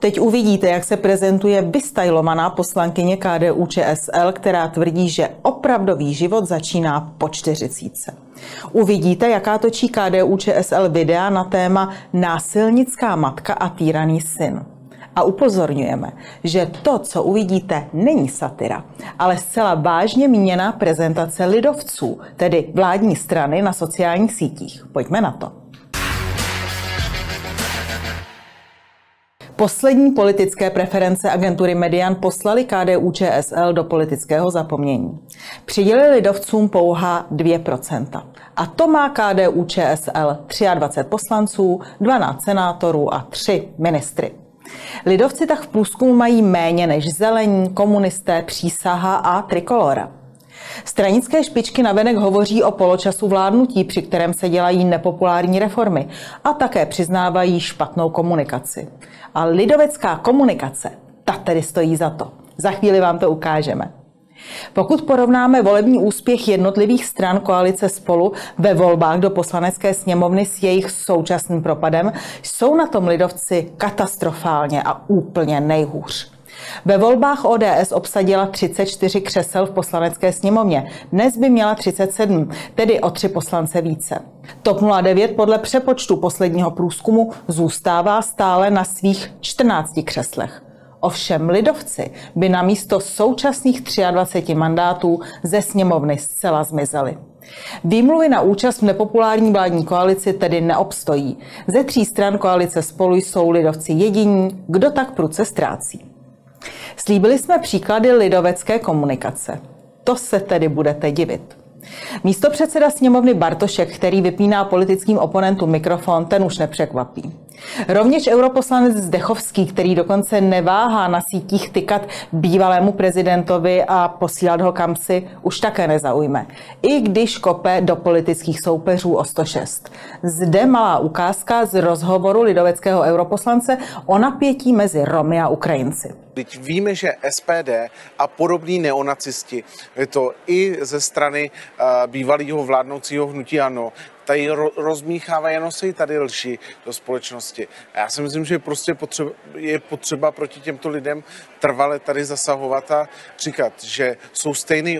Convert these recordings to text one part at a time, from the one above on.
teď uvidíte, jak se prezentuje vystajlovaná poslankyně KDU-ČSL, která tvrdí, že opravdový život začíná po 40. Uvidíte, jaká točí KDU-ČSL videa na téma násilnická matka a týraný syn. A upozorňujeme, že to, co uvidíte, není satira, ale zcela vážně míněná prezentace lidovců, tedy vládní strany na sociálních sítích. Pojďme na to. Poslední politické preference agentury Median poslali KDU-ČSL do politického zapomnění. Přidělili lidovcům pouhá 2%. A to má KDU-ČSL 23 poslanců, 12 senátorů a 3 ministry. Lidovci tak v průzkumu mají méně než Zelení, komunisté, Přísaha a Trikolora. Stranické špičky navenek hovoří o poločasu vládnutí, při kterém se dělají nepopulární reformy a také přiznávají špatnou komunikaci. A lidovecká komunikace, ta tedy stojí za to. Za chvíli vám to ukážeme. Pokud porovnáme volební úspěch jednotlivých stran koalice Spolu ve volbách do Poslanecké sněmovny s jejich současným propadem, jsou na tom lidovci katastrofálně a úplně nejhůř. Ve volbách ODS obsadila 34 křesel v Poslanecké sněmovně. Dnes by měla 37, tedy o 3 poslance více. TOP 09 podle přepočtu posledního průzkumu zůstává stále na svých 14 křeslech. Ovšem lidovci by na místo současných 23 mandátů ze sněmovny zcela zmizeli. Výmluvy na účast v nepopulární vládní koalici tedy neobstojí. Ze 3 stran koalice Spolu jsou lidovci jediní, kdo tak prudce ztrácí. Slíbili jsme příklady lidovecké komunikace. To se tedy budete divit. Místopředseda sněmovny Bartošek, který vypíná politickým oponentům mikrofon, ten už nepřekvapí. Rovněž europoslanec Zdechovský, který dokonce neváhá na sítích tykat bývalému prezidentovi a posílat ho kamsi, už také nezaujme. I když kope do politických soupeřů o 106. Zde malá ukázka z rozhovoru lidoveckého europoslance o napětí mezi Romy a Ukrajinci. Teď víme, že SPD a podobní neonacisti, je to i ze strany bývalého vládnoucího hnutí ANO, tady rozmíchávají, nosí tady lži do společnosti. A já si myslím, že prostě je potřeba proti těmto lidem trvale tady zasahovat a říkat, že jsou stejný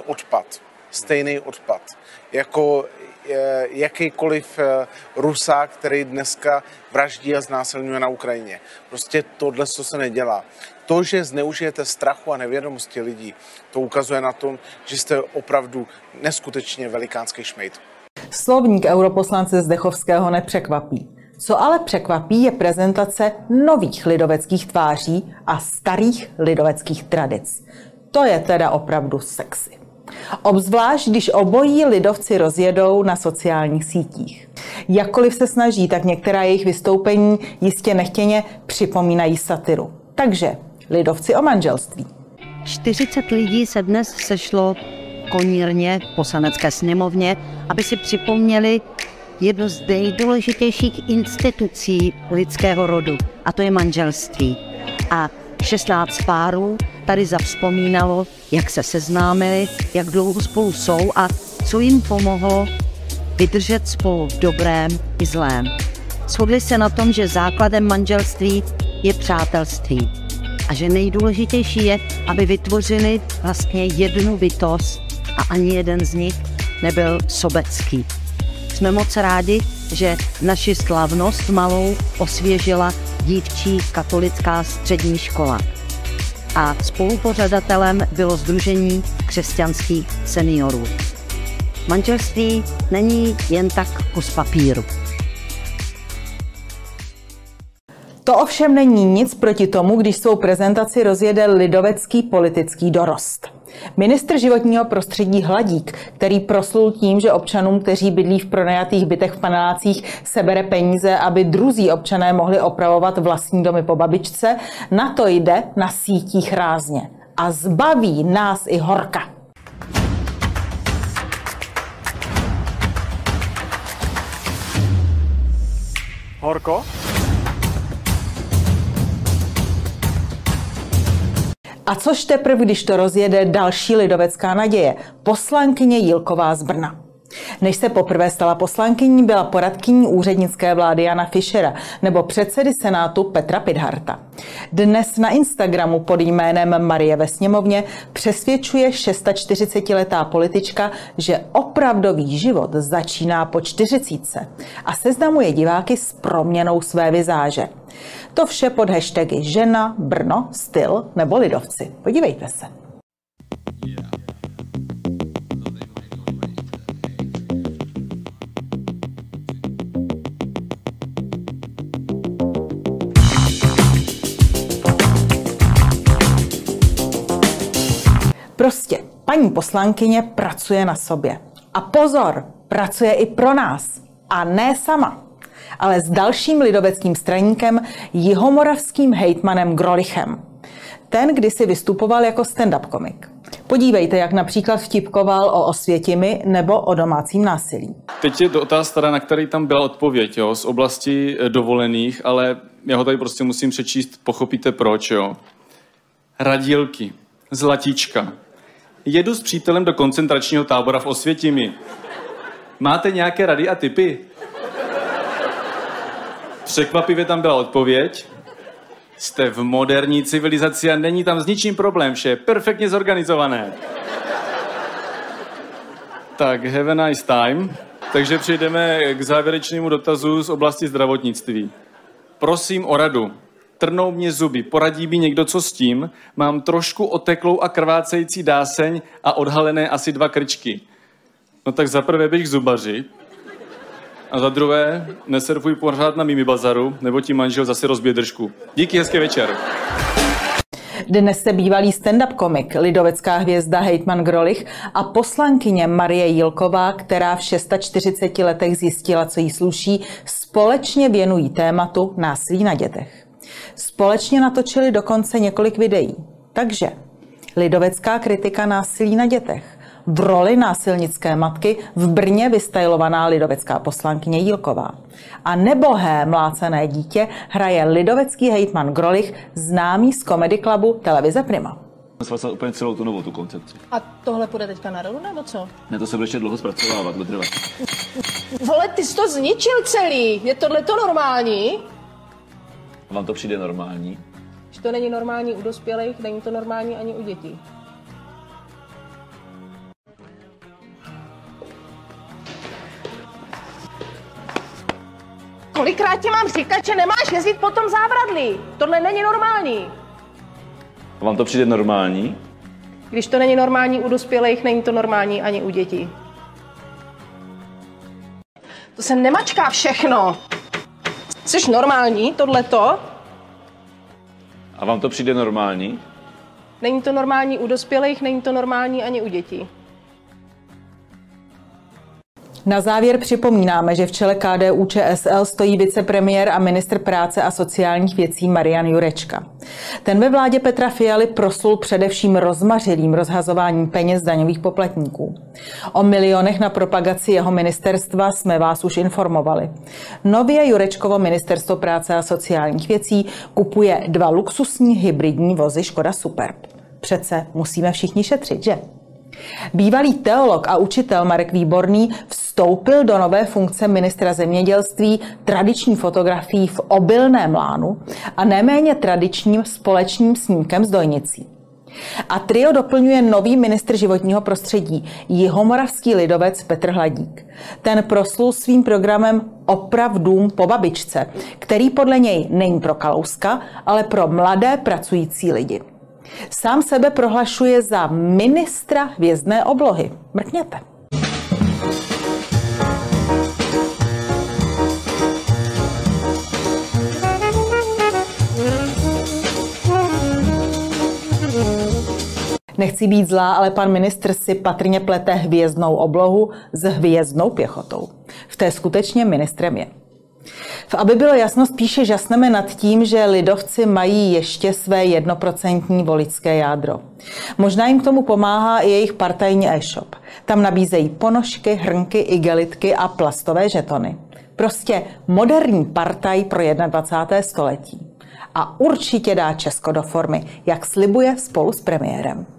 odpad, jako jakýkoliv Rusák, který dneska vraždí a znásilňuje na Ukrajině. Prostě tohle, co se nedělá. To, že zneužijete strachu a nevědomosti lidí, to ukazuje na tom, že jste opravdu neskutečně velikánský šmejd. Slovník europoslance Zdechovského nepřekvapí. Co ale překvapí, je prezentace nových lidoveckých tváří a starých lidoveckých tradic. To je teda opravdu sexy. Obzvlášť, když obojí lidovci rozjedou na sociálních sítích. Jakkoliv se snaží, tak některá jejich vystoupení jistě nechtěně připomínají satiru. Takže lidovci o manželství. 40 lidí se dnes sešlo konírně v Poslanecké sněmovně, aby si připomněli jednu z nejdůležitějších institucí lidského rodu, a to je manželství. A 16 párů tady zavzpomínalo, jak se seznámili, jak dlouho spolu jsou a co jim pomohlo vydržet spolu v dobrém i zlém. Shodli se na tom, že základem manželství je přátelství a že nejdůležitější je, aby vytvořili vlastně jednu bytost a ani jeden z nich nebyl sobecký. Jsme moc rádi, že naši slavnost malou osvěžila dívčí katolická střední škola. A spolupořadatelem bylo Sdružení křesťanských seniorů. Manželství není jen tak kus papíru. To ovšem není nic proti tomu, když svou prezentaci rozjede lidovecký politický dorost. Ministr životního prostředí Hladík, který proslul tím, že občanům, kteří bydlí v pronajatých bytech v panelácích, sebere peníze, aby druzí občané mohli opravovat vlastní domy po babičce, na to jde na sítích rázně. A zbaví nás i horka. Horko? A což teprve, když to rozjede další lidovecká naděje, poslankyně Jílková z Brna. Než se poprvé stala poslankyní, byla poradkyní úřednické vlády Jana Fischera nebo předsedy Senátu Petra Pithardta. Dnes na Instagramu pod jménem Marie ve sněmovně přesvědčuje 46letá politička, že opravdový život začíná po 40 a seznamuje diváky s proměnou své vizáže. To vše pod hashtagy žena, Brno, styl nebo lidovci. Podívejte se. Prostě paní poslankyně pracuje na sobě. A pozor, pracuje i pro nás. A ne sama, ale s dalším lidoveckým straníkem, jihomoravským hejtmanem Grolichem. Ten kdysi vystupoval jako stand-up komik. Podívejte, jak například vtipkoval o Osvětimi nebo o domácím násilí. Teď je dotaz, na který tam byla odpověď, jo, z oblasti dovolených, ale já ho tady prostě musím přečíst, pochopíte proč, jo. Radílky, Zlatíčka. Jedu s přítelem do koncentračního tábora v Osvětimi. Máte nějaké rady a tipy? Překvapivě tam byla odpověď. Jste v moderní civilizaci a není tam s ničím problém, vše je perfektně zorganizované. Tak, have a nice time. Takže přejdeme k závěrečnému dotazu z oblasti zdravotnictví. Prosím o radu. Trnou mě zuby, poradí mi někdo, co s tím? Mám trošku oteklou a krvácející dáseň a odhalené asi 2 krčky. No tak za prvé bych k zubaři. A za druhé, nesurfuj pořád na Mimi Bazaru, nebo ti manžel zase rozbije držku. Díky, hezký večer. Dnes se bývalý stand-up komik, lidovecká hvězda hejtman Grolich a poslankyně Marie Jílková, která v 46 letech zjistila, co jí sluší, společně věnují tématu násilí na dětech. Společně natočili dokonce několik videí. Takže lidovecká kritika násilí na dětech. V roli násilnické matky v Brně vystylovaná lidovecká poslankyně Jílková. A nebohé mlácené dítě hraje lidovecký hejtman Grolich, známý z Comedy Clubu televize Prima. Jsem úplně celou tu novou tu koncepci. A tohle půjde teďka na radu, nebo co? Ne, to se bude ještě dlouho zpracovávat, bude trvat. Vole, ty jsi to zničil celý. Je tohleto normální? A vám to přijde normální? Když to není normální u dospělých, není to normální ani u dětí. Kolikrát ti mám říkat, že nemáš jezdit po tom zábradlí? Tohle není normální. A vám to přijde normální? Když to není normální u dospělých, není to normální ani u dětí. To se nemačká všechno. Jsi normální, tohleto? A vám to přijde normální? Není to normální u dospělých, není to normální ani u dětí. Na závěr připomínáme, že v čele KDU-ČSL stojí vicepremiér a ministr práce a sociálních věcí Marian Jurečka. Ten ve vládě Petra Fialy proslul především rozmařilým rozhazováním peněz daňových poplatníků. O milionech na propagaci jeho ministerstva jsme vás už informovali. Nově Jurečkovo ministerstvo práce a sociálních věcí kupuje 2 luxusní hybridní vozy Škoda Superb. Přece musíme všichni šetřit, že? Bývalý teolog a učitel Marek Výborný vstoupil do nové funkce ministra zemědělství tradiční fotografií v obilném lánu a neméně tradičním společným snímkem s dojnicí. A trio doplňuje nový ministr životního prostředí, jihomoravský lidovec Petr Hladík. Ten proslul svým programem Oprav dům po babičce, který podle něj není pro Kalouska, ale pro mladé pracující lidi. Sám sebe prohlašuje za ministra hvězdné oblohy. Mrkněte. Nechci být zlá, ale pan ministr si patrně plete hvězdnou oblohu s hvězdnou pěchotou. V té skutečně ministrem je. Aby bylo jasno, spíše žasneme nad tím, že lidovci mají ještě své 1% voličské jádro. Možná jim k tomu pomáhá i jejich partajní e-shop. Tam nabízejí ponožky, hrnky, igelitky a plastové žetony. Prostě moderní partaj pro 21. století. A určitě dá Česko do formy, jak slibuje spolu s premiérem.